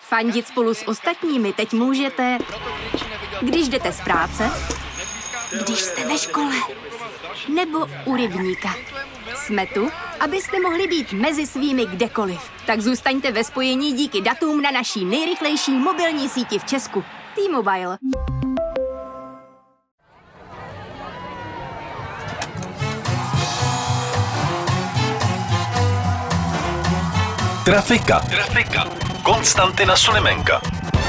Fandit spolu s ostatními teď můžete, když jdete z práce, když jste ve škole, nebo u rybníka. Jsme tu, abyste mohli být mezi svými kdekoliv. Tak zůstaňte ve spojení díky datům na naší nejrychlejší mobilní síti v Česku. T-Mobile. Trafika. Konstantina Sulimenka.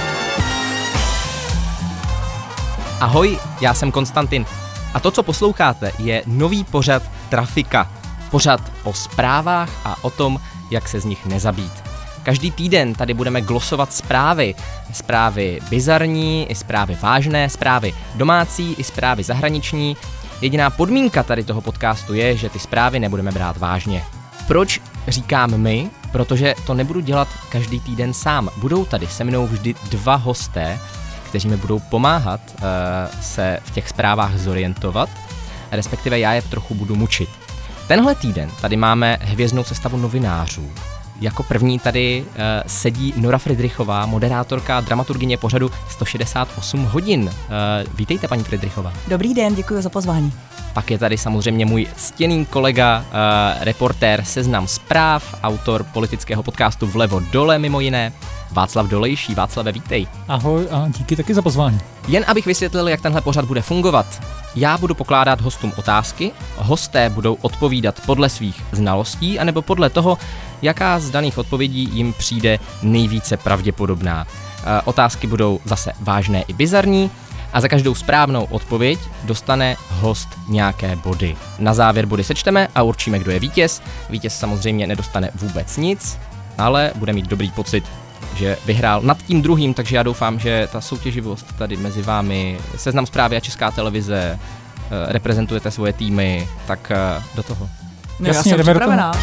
Ahoj, já jsem Konstantin a to, co posloucháte, je nový pořad Trafika. Pořad o zprávách a o tom, jak se z nich nezabít. Každý týden tady budeme glosovat zprávy. Zprávy bizarní, i zprávy vážné, zprávy domácí, i zprávy zahraniční. Jediná podmínka tady toho podcastu je, že ty zprávy nebudeme brát vážně. Proč říkám my? Protože to nebudu dělat každý týden sám. Budou tady se mnou vždy dva hosté, kteří mi budou pomáhat se v těch zprávách zorientovat, respektive já je trochu budu mučit. Tenhle týden tady máme hvězdnou sestavu novinářů. Jako první tady sedí Nora Fridrichová, moderátorka a dramaturgyně pořadu 168 hodin. Vítejte, paní Fridrichová. Dobrý den, děkuji za pozvání. Pak je tady samozřejmě můj ctěný kolega, reportér Seznam zpráv, autor politického podcastu Vlevo dole mimo jiné, Václav Dolejší. Václave, vítej. Ahoj a díky taky za pozvání. Jen abych vysvětlil, jak tenhle pořad bude fungovat. Já budu pokládat hostům otázky, hosté budou odpovídat podle svých znalostí anebo podle toho, jaká z daných odpovědí jim přijde nejvíce pravděpodobná. Otázky budou zase vážné i bizarní a za každou správnou odpověď dostane host nějaké body. Na závěr body sečteme a určíme, kdo je vítěz. Vítěz samozřejmě nedostane vůbec nic, ale bude mít dobrý pocit, že vyhrál nad tím druhým, takže já doufám, že ta soutěživost tady mezi vámi, Seznam zprávy a Česká televize, reprezentujete svoje týmy, tak do toho. No, já jsem připravená.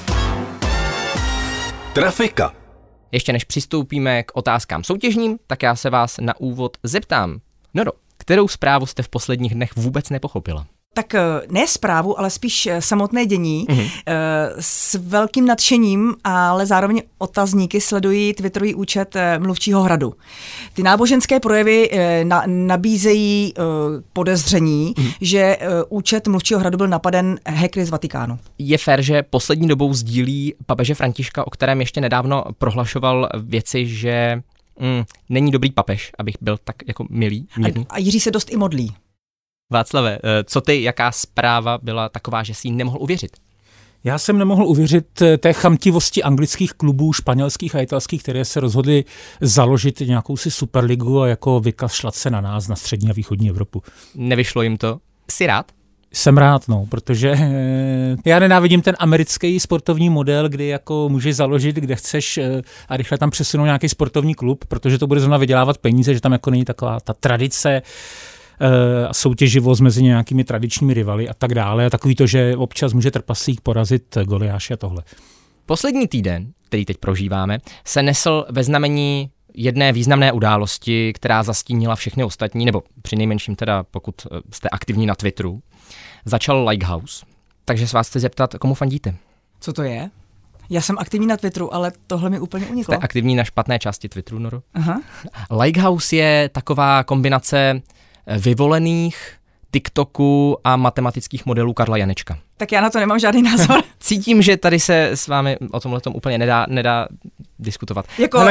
Trafika. Ještě než přistoupíme k otázkám soutěžním, tak já se vás na úvod zeptám. Noro, kterou zprávu jste v posledních dnech vůbec nepochopila? Tak ne zprávu, ale spíš samotné dění. S velkým nadšením, ale zároveň otazníky sledují twitterový účet Mluvčího hradu. Ty náboženské projevy nabízejí podezření, že účet Mluvčího hradu byl napaden hackery z Vatikánu. Je fér, že poslední dobou sdílí papeže Františka, o kterém ještě nedávno prohlašoval věci, že není dobrý papež, abych byl tak jako milý, mírný. A Jiří se dost i modlí. Václave, co ty, jaká zpráva byla taková, že si jí nemohl uvěřit? Já jsem nemohl uvěřit té chamtivosti anglických klubů, španělských a italských, které se rozhodly založit nějakou si superligu a jako vykašlat se na nás, na střední a východní Evropu. Nevyšlo jim to? Jsi rád? Jsem rád, protože já nenávidím ten americký sportovní model, kdy jako můžeš založit, kde chceš a rychle tam přesunout nějaký sportovní klub, protože to bude zrovna vydělávat peníze, že tam jako není taková ta tradice, soutěživost mezi nějakými tradičními rivaly a tak dále. A takový to, že občas může trpaslík porazit Goliáše a tohle. Poslední týden, který teď prožíváme, se nesl ve znamení jedné významné události, která zastínila všechny ostatní, nebo přinejmenším teda, pokud jste aktivní na Twitteru. Začal Likehouse, takže se vás chci zeptat, komu fandíte? Co to je? Já jsem aktivní na Twitteru, ale tohle mi úplně uniklo. Jste aktivní na špatné části Twitteru, Noro? Aha. Likehouse je taková kombinace vyvolených TikToku a matematických modelů Karla Janečka. Tak já na to nemám žádný názor. Cítím, že tady se s vámi o tomhletom úplně nedá diskutovat.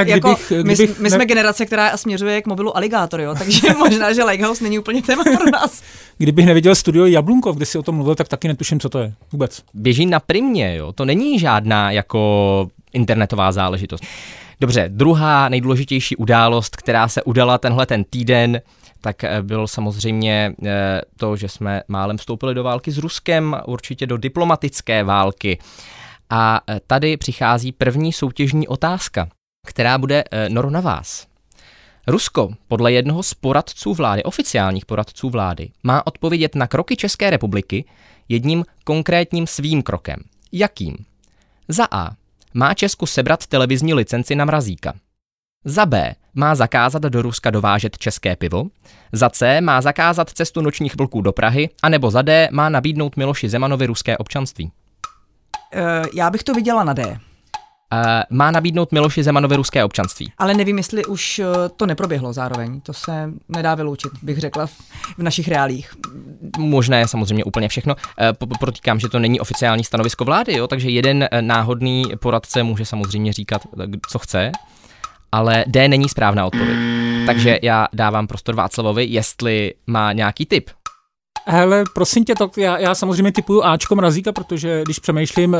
My jsme generace, která směřuje k mobilu Alligator, jo, takže možná, že Likehouse není úplně téma pro nás. Kdybych neviděl studio Jablunkov, kde si o tom mluvil, tak taky netuším, co to je vůbec. Běží na Primě, jo, to není žádná jako internetová záležitost. Dobře, druhá nejdůležitější událost, která se udala tenhle ten týden, tak bylo samozřejmě to, že jsme málem vstoupili do války s Ruskem, určitě do diplomatické války. A tady přichází první soutěžní otázka, která bude, Noro, na vás. Rusko podle jednoho z poradců vlády, oficiálních poradců vlády, má odpovědět na kroky České republiky jedním konkrétním svým krokem. Jakým? Za A. Má Česku sebrat televizní licenci na Mrazíka. Za B. Má zakázat do Ruska dovážet české pivo. Za C. Má zakázat cestu nočních vlků do Prahy. A nebo za D. Má nabídnout Miloši Zemanovi ruské občanství. Já bych to viděla na D. má nabídnout Miloši Zemanovi ruské občanství. Ale nevím, jestli už to neproběhlo zároveň. To se nedá vyloučit, bych řekla, v našich reálích. Možné samozřejmě úplně všechno. Protýkám, že to není oficiální stanovisko vlády, jo? Takže jeden náhodný poradce může samozřejmě říkat, co chce, ale D není správná odpověď. Takže já dávám prostor Václavovi, jestli má nějaký tip. Hele, prosím tě, já samozřejmě typuju Ačko Mrazíka, protože když přemýšlím,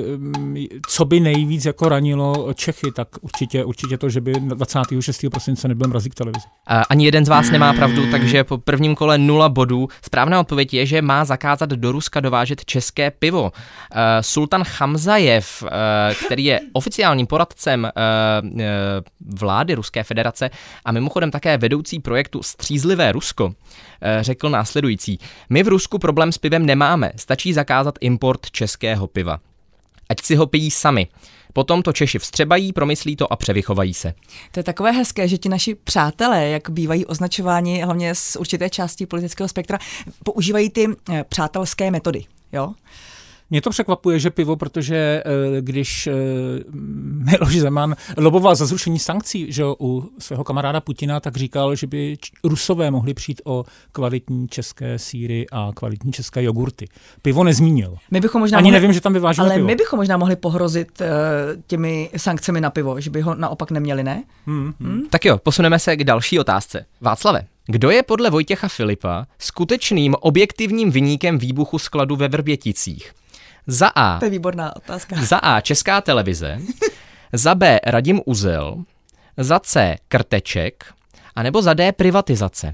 co by nejvíc jako ranilo Čechy, tak určitě to, že by 26. prosince nebyl Mrazík v televizi. Ani jeden z vás nemá pravdu, takže po prvním kole 0 bodů. Správná odpověď je, že má zakázat do Ruska dovážet české pivo. Sultan Chamzajev, který je oficiálním poradcem vlády Ruské federace a mimochodem také vedoucí projektu Střízlivé Rusko, řekl následující. My v Rusku problém s pivem nemáme, stačí zakázat import českého piva. Ať si ho pijí sami. Potom to Češi vstřebají, promyslí to a převychovají se. To je takové hezké, že ti naši přátelé, jak bývají označováni hlavně z určité části politického spektra, používají ty přátelské metody, jo? Mě to překvapuje, že pivo, protože když Miloš Zeman loboval za zrušení sankcí, že u svého kamaráda Putina, tak říkal, že by Rusové mohli přijít o kvalitní české sýry a kvalitní české jogurty. Pivo nezmínil. Nevím, že tam vyvážíme pivo. Ale my bychom možná mohli pohrozit těmi sankcemi na pivo, že by ho naopak neměli, ne? Tak jo, posuneme se k další otázce. Václave, kdo je podle Vojtěcha Filipa skutečným objektivním viníkem výbuchu skladu ve Vrběticích? Za A. To je výborná otázka. Za A Česká televize, za B Radim Uzel, za C Krteček, anebo za D privatizace.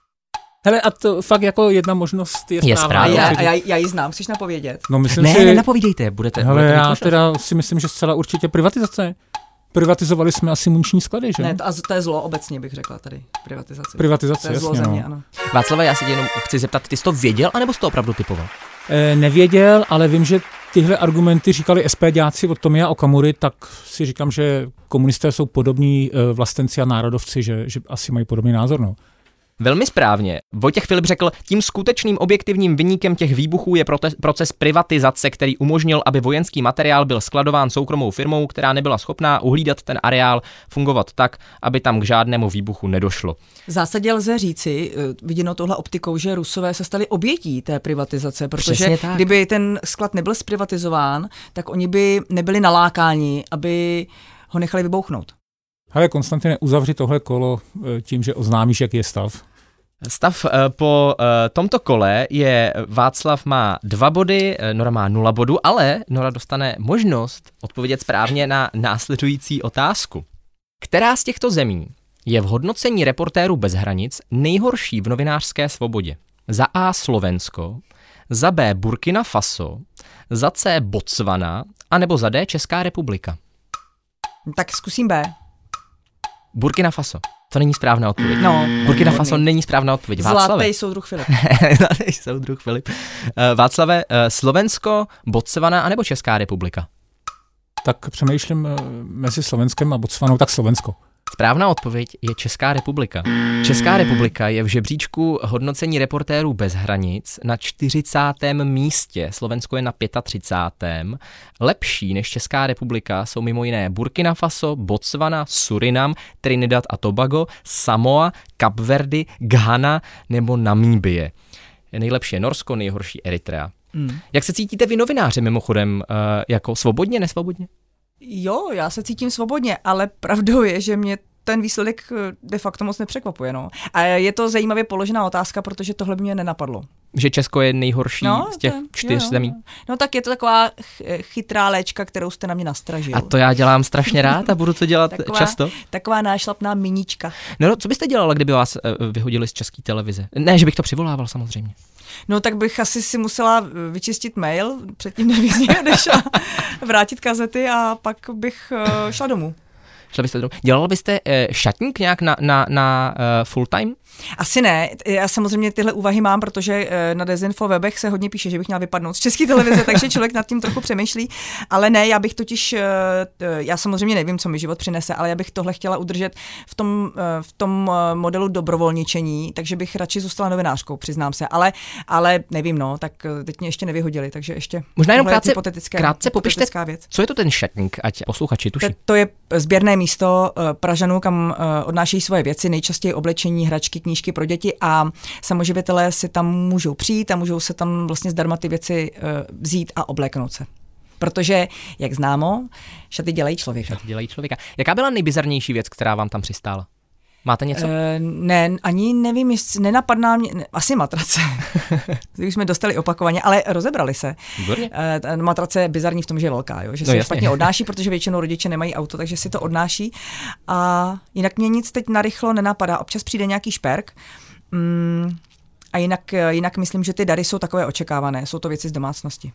Hele, a to fakt jako jedna možnost je správná. Já ji znám, chceš napovědět? No, nenapovídejte, budete já teda si myslím, že zcela určitě privatizace. Privatizovali jsme asi muniční sklady, že? Ne, to je zlo obecně, bych řekla tady, privatizace. Privatizace, to je zlo jasně, země, no. ano. Václave, já si tě jenom chci zeptat, ty jsi to věděl, anebo jsi to opravdu typoval? Nevěděl, ale vím, že tyhle argumenty říkali SPDáci od Tomia Okamury, tak si říkám, že komunisté jsou podobní vlastenci a národovci, že asi mají podobný názor, no. Velmi správně. Vojtěch Filip řekl, tím skutečným objektivním viníkem těch výbuchů je proces privatizace, který umožnil, aby vojenský materiál byl skladován soukromou firmou, která nebyla schopná uhlídat ten areál, fungovat tak, aby tam k žádnému výbuchu nedošlo. V zásadě lze říci, viděno tohle optikou, že Rusové se stali obětí té privatizace, protože kdyby ten sklad nebyl zprivatizován, tak oni by nebyli nalákáni, aby ho nechali vybouchnout. Hele, Konstantine, uzavři tohle kolo tím, že oznámíš, jaký je stav. Stav po tomto kole je Václav má 2 body, Nora má 0 bodů, ale Nora dostane možnost odpovědět správně na následující otázku. Která z těchto zemí je v hodnocení Reportérů bez hranic nejhorší v novinářské svobodě? Za A Slovensko, za B Burkina Faso, za C Botswana, anebo za D Česká republika? Tak zkusím B. Burkina Faso. To není správná odpověď. No, Burkina Faso není správná odpověď. Zlatý soudruh Filip. Zlatý soudruh Filip. Václave, Slovensko, Botswana anebo Česká republika? Tak přemýšlím mezi Slovenskem a Botswanou, tak Slovensko. Správná odpověď je Česká republika. Česká republika je v žebříčku hodnocení Reportérů bez hranic na 40. místě. Slovensko je na 35. Lepší než Česká republika jsou mimo jiné Burkina Faso, Botswana, Surinam, Trinidad a Tobago, Samoa, Kapverdy, Ghana nebo Namíbie. Nejlepší je Norsko, nejhorší Eritrea. Jak se cítíte vy novináři mimochodem? Jako svobodně, nesvobodně? Jo, já se cítím svobodně, ale pravdou je, že mě ten výsledek de facto moc nepřekvapuje. No. A je to zajímavě položená otázka, protože tohle by mě nenapadlo. Že Česko je nejhorší z těch 4 zemí? No tak je to taková chytrá léčka, kterou jste na mě nastražil. A to já dělám strašně rád a budu to dělat často. Taková nášlapná miníčka. No, co byste dělala, kdyby vás vyhodili z České televize? Ne, že bych to přivolával samozřejmě. No tak bych asi si musela vyčistit mail, předtím než odešla, vrátit kazety a pak bych šla domů. Dělal byste šatník nějak na full time? Asi ne. Já samozřejmě tyhle úvahy mám, protože na Dezinfo webech se hodně píše, že bych měla vypadnout z České televize, takže člověk nad tím trochu přemýšlí. Ale ne, já bych totiž, já samozřejmě nevím, co mi život přinese, ale já bych tohle chtěla udržet v tom modelu dobrovolničení, takže bych radši zůstala novinářkou, přiznám se. Ale nevím, no, tak teď mě ještě nevyhodili, takže ještě. Možná jenom krátce popište, věc. Co je to ten šatník, ať posluchači tuší. To je sběrné místo Pražanů, kam odnášejí svoje věci, nejčastěji oblečení, hračky, knížky pro děti a samoživitelé si tam můžou přijít a můžou se tam vlastně zdarma ty věci vzít a obléknout se. Protože, jak známo, šaty dělají člověka. Jaká byla nejbizarnější věc, která vám tam přistála? Máte něco? Ne, ani nevím, nenapadná mě, asi matrace. Když jsme dostali opakovaně, ale rozebrali se. Matrace je bizarní v tom, že je velká, jo? Že se špatně odnáší, protože většinou rodiče nemají auto, takže si to odnáší. A jinak mě nic teď narychlo nenapadá. Občas přijde nějaký šperk. A jinak myslím, že ty dary jsou takové očekávané. Jsou to věci z domácnosti.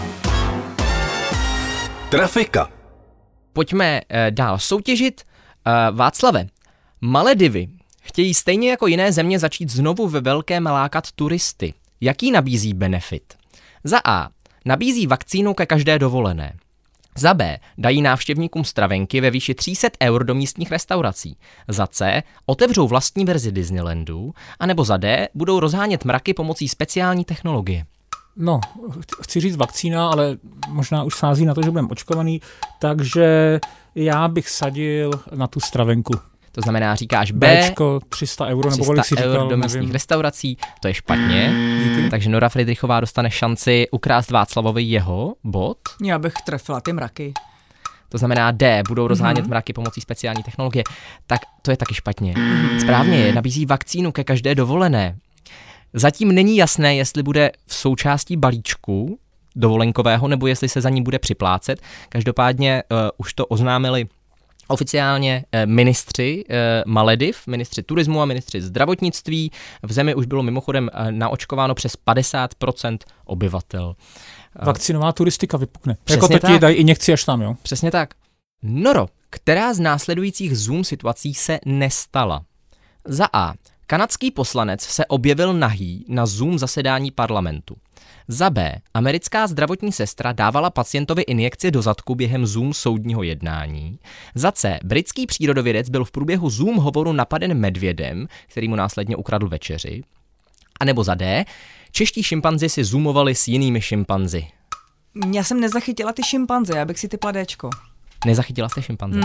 Trafika. Pojďme dál soutěžit. Václave, Maledivy chtějí stejně jako jiné země začít znovu ve velkém lákat turisty. Jaký nabízí benefit? Za A. Nabízí vakcínu ke každé dovolené. Za B. Dají návštěvníkům stravenky ve výši 300 € do místních restaurací. Za C. Otevřou vlastní verzi Disneylandu. A nebo za D. Budou rozhánět mraky pomocí speciální technologie. No, chci říct vakcína, ale možná už sází na to, že budeme očkovaný, takže já bych sadil na tu stravenku. To znamená, říkáš B, Bčko, 300 € nebo kolik si říkal, do místních restaurací, to je špatně. Díky. Takže Nora Friedrichová dostane šanci ukrást Václavovi jeho bod. Já bych trefila ty mraky. To znamená D, budou rozhánět mraky pomocí speciální technologie. Tak to je taky špatně. Správně je, nabízí vakcínu ke každé dovolené. Zatím není jasné, jestli bude v součástí balíčku dovolenkového, nebo jestli se za ní bude připlácet. Každopádně už to oznámili oficiálně ministři Malediv, ministři turismu a ministři zdravotnictví. V zemi už bylo mimochodem naočkováno přes 50% obyvatel. Vakcinová turistika vypukne. Přesně jako to ti dají injekci až tam, jo? Přesně tak. Noro, která z následujících Zoom situací se nestala? Za A. Kanadský poslanec se objevil nahý na Zoom zasedání parlamentu. Za B. Americká zdravotní sestra dávala pacientovi injekci do zadku během Zoom soudního jednání. Za C. Britský přírodovědec byl v průběhu Zoom hovoru napaden medvědem, který mu následně ukradl večeři. A nebo za D. Čeští šimpanzi si zoomovali s jinými šimpanzi. Já jsem nezachytila ty šimpanze, já bych si typla Dčko. Nezachytila jste šimpanze?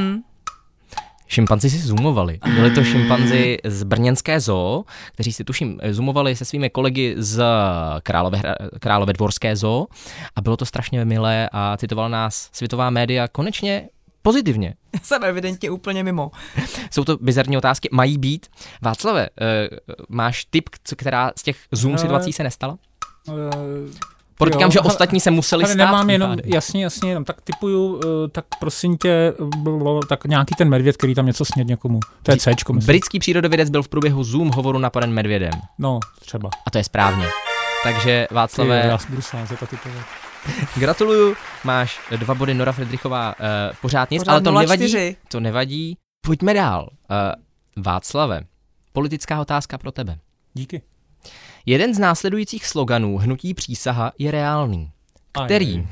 Šimpanzi si zoomovali. Byli to šimpanzi z brněnské zoo, kteří si tuším zoomovali se svými kolegy z Královédvorské zoo a bylo to strašně milé a citovala nás světová média konečně pozitivně. Jsem evidentně úplně mimo. Jsou to bizarní otázky. Mají být. Václave, máš tip, která z těch Zoom situací se nestala? Podotýkám, že ostatní se museli stát. Nemám jenom, jasně, jenom tak typuju, tak prosím tě, tak nějaký ten medvěd, který tam něco sněd někomu. To je Cčko, myslím. Britský přírodovědec byl v průběhu Zoom hovoru napaden medvědem. No, třeba. A to je správně. Takže Václave... Já budu sázet a typovat. Gratuluju, máš 2 body, Nora Friedrichová pořád nic, ale to nevadí. To nevadí. Pojďme dál. Václave, politická otázka pro tebe. Díky. Jeden z následujících sloganů hnutí Přísaha je reálný. Který?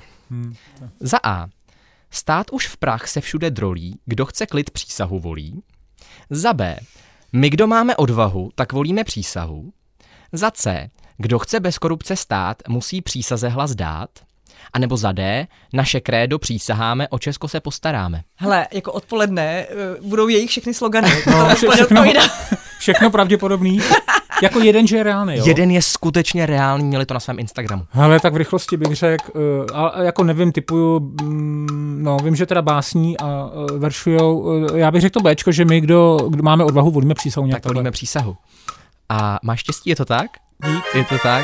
Za A. Stát už v prach se všude drolí, kdo chce klid přísahu volí. Za B. My, kdo máme odvahu, tak volíme přísahu. Za C. Kdo chce bez korupce stát, musí přísaze hlas dát. A nebo za D. Naše krédo přísaháme, o Česko se postaráme. Hele, jako odpoledne budou jejich všechny slogany. No, všechno pravděpodobný. Jako jeden, že je reálný, jo? Jeden je skutečně reálný, měli to na svém Instagramu. Hele, tak v rychlosti bych řekl, a jako nevím, typuju, no vím, že teda básní a veršujou, já bych řekl to Bčko, že my, kdo máme odvahu, volíme přísahu. Tak volíme přísahu. A máš štěstí, je to tak? Dík. Je to tak.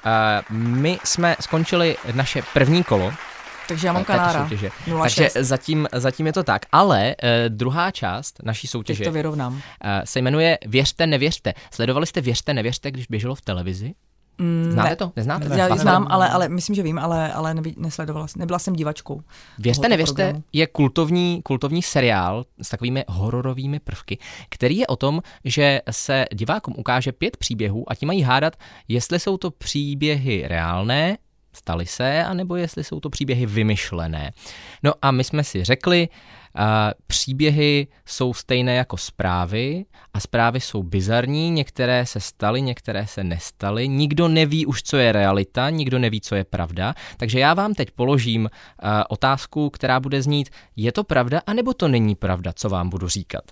My jsme skončili naše první kolo. Takže já mám kanára. Takže zatím je to tak. Ale druhá část naší soutěže to vyrovnám. Se jmenuje Věřte, nevěřte. Sledovali jste Věřte, nevěřte, když běželo v televizi? Znáte to? Neznáte? Já znám, ale myslím, že vím, ale nesledovala jsem. Nebyla jsem divačkou. Věřte, nevěřte, je kultovní seriál s takovými hororovými prvky, který je o tom, že se divákům ukáže 5 příběhů a ti mají hádat, jestli jsou to příběhy reálné, staly se, anebo jestli jsou to příběhy vymyšlené. No a my jsme si řekli, příběhy jsou stejné jako zprávy a zprávy jsou bizarní, některé se staly, některé se nestaly, nikdo neví už, co je realita, nikdo neví, co je pravda, takže já vám teď položím otázku, která bude znít, je to pravda, anebo to není pravda, co vám budu říkat.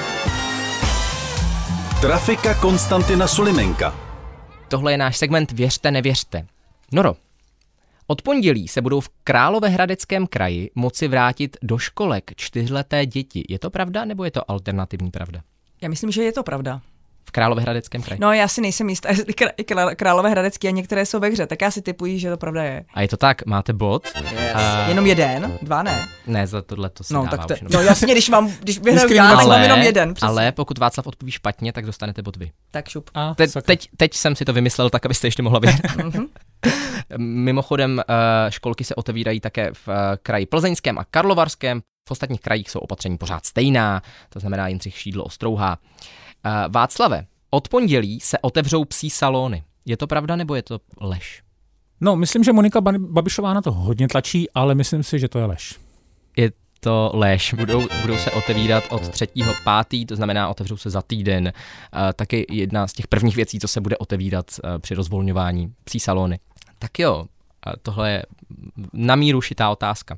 Trafika Konstantina Sulimenka. Tohle je náš segment Věřte, nevěřte. Noro, od pondělí se budou v Královéhradeckém kraji moci vrátit do školek 4leté děti. Je to pravda, nebo je to alternativní pravda? Já myslím, že je to pravda. V Královéhradeckém kraji? No, já si nejsem jistá, jestli Královéhradecký a některé jsou ve hře, tak já si tipuji, že to pravda je. A je to tak, máte bod. Jenom jeden? 2 ne? Ne, za tohle to se dává už. No jasně, když vyhraju já, tak mám jenom jeden. Přesně. Ale pokud Václav odpoví špatně, tak dostanete bod vy. Tak šup. Teď jsem si to vymyslel tak, abyste ještě mohla vyhrát. Mimochodem, školky se otevírají také v kraji Plzeňském a Karlovarském. V ostatních krajích jsou opatření pořád stejná, to znamená Jindřich Šídlo, Ostrouhá. Václave, od pondělí se otevřou psí salony. Je to pravda, nebo je to lež? No, myslím, že Monika Babišová na to hodně tlačí, ale myslím si, že to je lež. Je to lež. Budou se otevírat od 3.5., to znamená otevřou se za týden. Taky jedna z těch prvních věcí, co se bude otevírat při rozvolňování psí salony. Tak jo, tohle je na míru šitá otázka.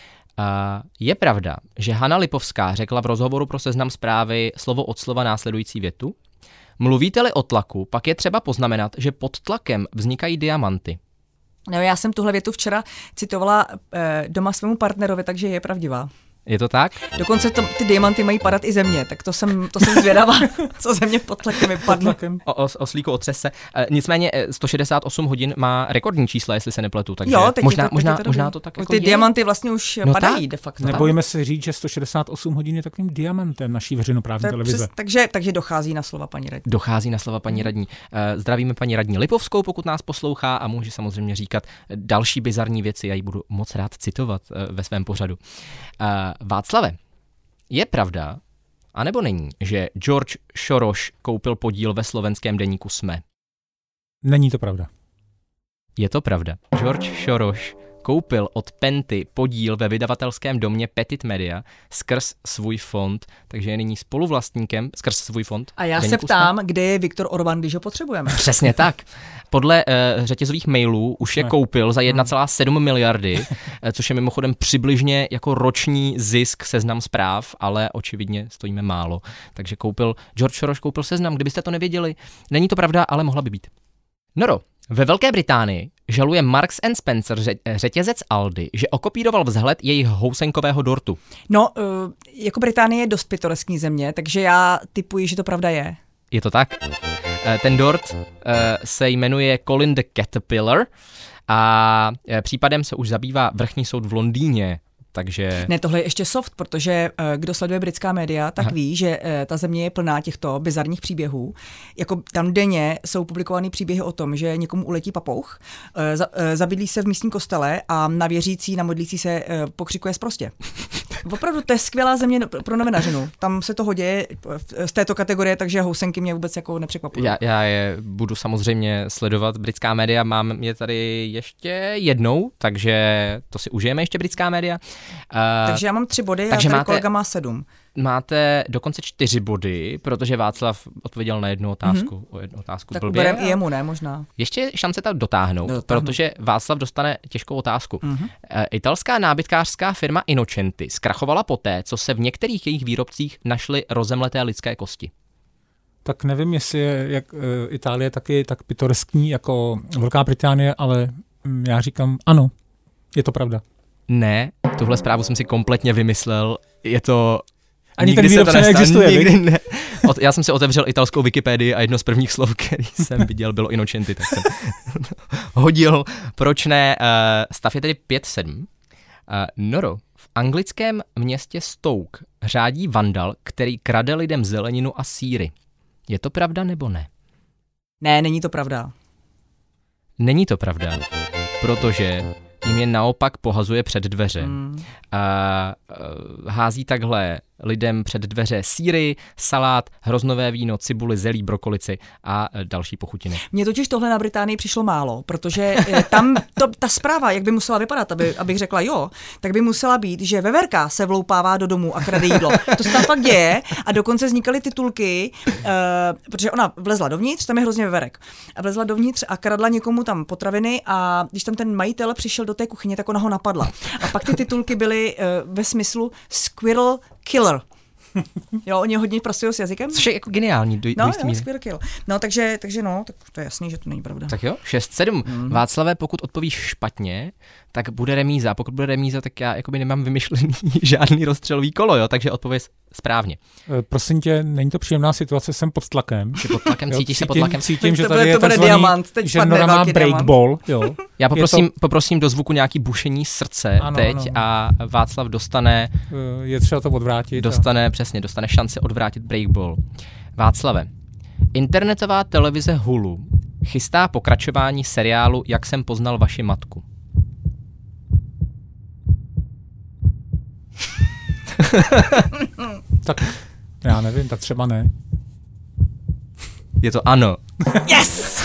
Je pravda, že Hana Lipovská řekla v rozhovoru pro Seznam Zprávy slovo od slova následující větu? Mluvíte-li o tlaku, pak je třeba poznamenat, že pod tlakem vznikají diamanty. No, já jsem tuhle větu včera citovala doma svému partnerovi, takže je pravdivá. Je to tak? Dokonce ty diamanty mají padat i země, tak to jsem zvědavá, co země pod tlakem vypadne. Oslíku otřese. Nicméně 168 hodin má rekordní čísla, jestli se nepletu, takže jo, možná to tak jako ty diamanty vlastně už padají de facto. Nebojíme se říct, že 168 hodin je takovým diamantem naší veřejnoprávní televize. Takže dochází na slova paní radní. Dochází na slova paní radní. Zdravíme paní radní Lipovskou, pokud nás poslouchá, a může samozřejmě říkat další bizarní věci, já ji budu moc rád citovat ve svém pořadu. Václave, je pravda, anebo není, že George Soros koupil podíl ve slovenském deníku SME? Není to pravda. Je to pravda. George Soros koupil od Penty podíl ve vydavatelském domě Petit Media skrz svůj fond, takže je nyní spoluvlastníkem skrz svůj fond. A já se ptám, kde je Viktor Orbán, když ho potřebujeme. Přesně tak. Podle řetězových mailů už je koupil za 1,7 miliardy, což je mimochodem přibližně jako roční zisk Seznam Zpráv, ale očividně stojíme málo. Takže George Soros koupil Seznam, kdybyste to nevěděli. Není to pravda, ale mohla by být. Noro, ve Velké Británii žaluje Marks & Spencer řetězec Aldi, že okopíroval vzhled jejich housenkového dortu. No, jako Británie je dost pitoreskní země, takže já tipuji, že to pravda je. Je to tak? Ten dort se jmenuje Colin the Caterpillar a případem se už zabývá vrchní soud v Londýně. Takže... Ne, tohle je ještě soft, protože kdo sleduje britská média, tak ví, že ta země je plná těchto bizarních příběhů. Jako tam denně jsou publikované příběhy o tom, že někomu uletí papouch, zabydlí se v místním kostele a na věřící, na modlící se pokřikuje sprostě. Opravdu to je skvělá země pro novinařinu. Tam se toho děje z této kategorie, takže housenky mě vůbec jako nepřekvapují. Já je budu samozřejmě sledovat, britská média, mám je tady ještě jednou, takže to si užijeme ještě britská média. Takže já mám 3 body a tady kolega má 7. Máte dokonce 4 body, protože Václav odpověděl na jednu otázku. O jednu otázku tak blbě. uberem i jemu, ne možná. Ještě šance tam dotáhnout, protože Václav dostane těžkou otázku. Italská nábytkářská firma Innocenti zkrachovala poté, co se v některých jejich výrobcích našly rozemleté lidské kosti. Tak nevím, jestli je jak Itálie taky tak pitoreskní jako Velká Británie, ale já říkám ano, je to pravda. Ne, tuhle zprávu jsem si kompletně vymyslel, je to... Ani ten výrobce neexistuje, nikdy ne. Já jsem si otevřel italskou Wikipedii a jedno z prvních slov, který jsem viděl, bylo Innocenti, tak jsem hodil. Proč ne? Stav je tedy 5-7. Noro, v anglickém městě Stoke řádí vandal, který krade lidem zeleninu a sýry. Je to pravda nebo ne? Ne, není to pravda. není to pravda, protože jim je naopak pohazuje před dveře. Hází takhle lidem před dveře sýry, salát, hroznové víno, cibuli, zelí, brokolici a další pochutiny. Mně totiž tohle na Británii přišlo málo, protože tam ta zpráva, jak by musela vypadat, abych řekla jo, tak by musela být, že veverka se vloupává do domu a krade jídlo. To se tam fakt děje a dokonce vznikaly titulky, protože ona vlezla dovnitř, tam je hrozně veverek, a vlezla dovnitř a kradla někomu tam potraviny a když tam ten majitel přišel do té kuchyně, tak ona ho napadla. A pak ty titulky byly ve smyslu Squirrel Killer. Jo, oni hodně pracují s jazykem. Což je jako geniální. Squirrel Kill. No, takže no, tak to je jasný, že to není pravda. Tak jo, 6-7. Václave, pokud odpovíš špatně, tak bude remíza. Pokud bude remíza, tak já jakoby nemám vymyšlený žádný rozstřelový kolo, jo, takže odpověz správně. Prosím tě, není to příjemná situace, jsem pod tlakem. Jsi pod tlakem, cítíš se pod tlakem? Cítím, že tady je takzvaný, že Nora má breakball. Jo. Já poprosím do zvuku nějaký bušení srdce teď a Václav dostane... Je třeba to odvrátit. Dostane šanci odvrátit breakball. Václave, internetová televize Hulu chystá pokračování seriálu Jak jsem poznal vaši matku. Tak já nevím, tak třeba ne. Je to ano. Yes!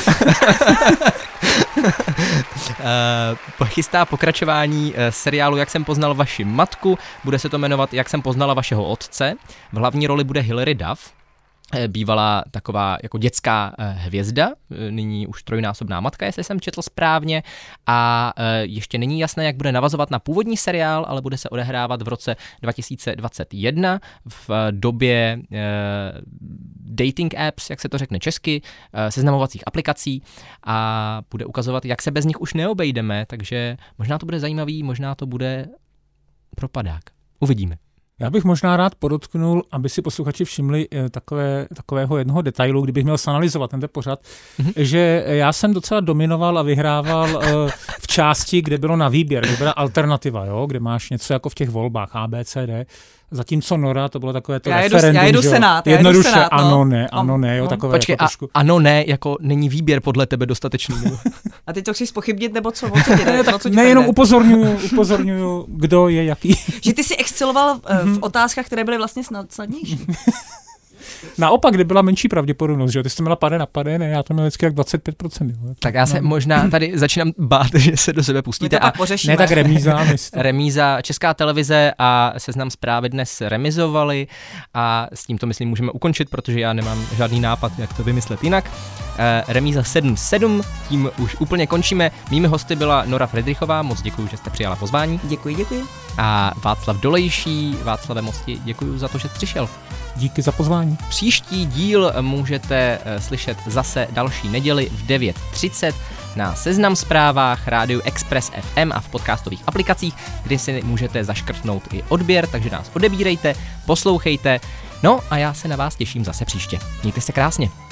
Chystá pokračování seriálu Jak jsem poznal vaši matku. Bude se to jmenovat Jak jsem poznala vašeho otce. V hlavní roli bude Hilary Duff, bývalá taková jako dětská hvězda, nyní už trojnásobná matka, jestli jsem četl správně, a ještě není jasné, jak bude navazovat na původní seriál, ale bude se odehrávat v roce 2021 v době dating apps, jak se to řekne česky, seznamovacích aplikací, a bude ukazovat, jak se bez nich už neobejdeme, takže možná to bude zajímavý, možná to bude propadák. Uvidíme. Já bych možná rád podotknul, aby si posluchači všimli takového jednoho detailu, kdybych měl zanalyzovat tento pořad, že já jsem docela dominoval a vyhrával v části, kde bylo na výběr, kde byla alternativa, jo, kde máš něco jako v těch volbách A, B, C, D. Zatímco Nora, to bylo takové to referendum, já jedu Senát, jednoduše ano, ne, jo, takové počkej, jako trošku. Ano, ne, jako není výběr podle tebe dostatečný. A ty to chceš zpochybnit, nebo co? Ne, jenom upozorňuju, kdo je jaký. Že ty si exceloval v otázkách, které byly vlastně snadnější. Naopak, kde byla menší pravděpodobnost, že jo? Ty jsi to měla pade na pade, ne, já to měl vždycky jak 25%. Jo? Tak já se možná tady začínám bát, že se do sebe pustíte. A ne, tak remíza. Remíza, Česká televize a Seznam Zprávy dnes remizovali a s tímto myslím můžeme ukončit, protože já nemám žádný nápad, jak to vymyslet jinak. Remíza 7-7, tím už úplně končíme. Mými hosty byla Nora Fridrichová, moc děkuji, že jste přijala pozvání. Děkuji. A Václav Dolejší. Václave, moc děkuji za to, že jsi přišel. Díky za pozvání. Příští díl můžete slyšet zase další neděli v 9:30 na Seznam Zprávách, Rádiu Express FM a v podcastových aplikacích, kde si můžete zaškrtnout i odběr, takže nás odebírejte, poslouchejte. No a já se na vás těším zase příště. Mějte se krásně.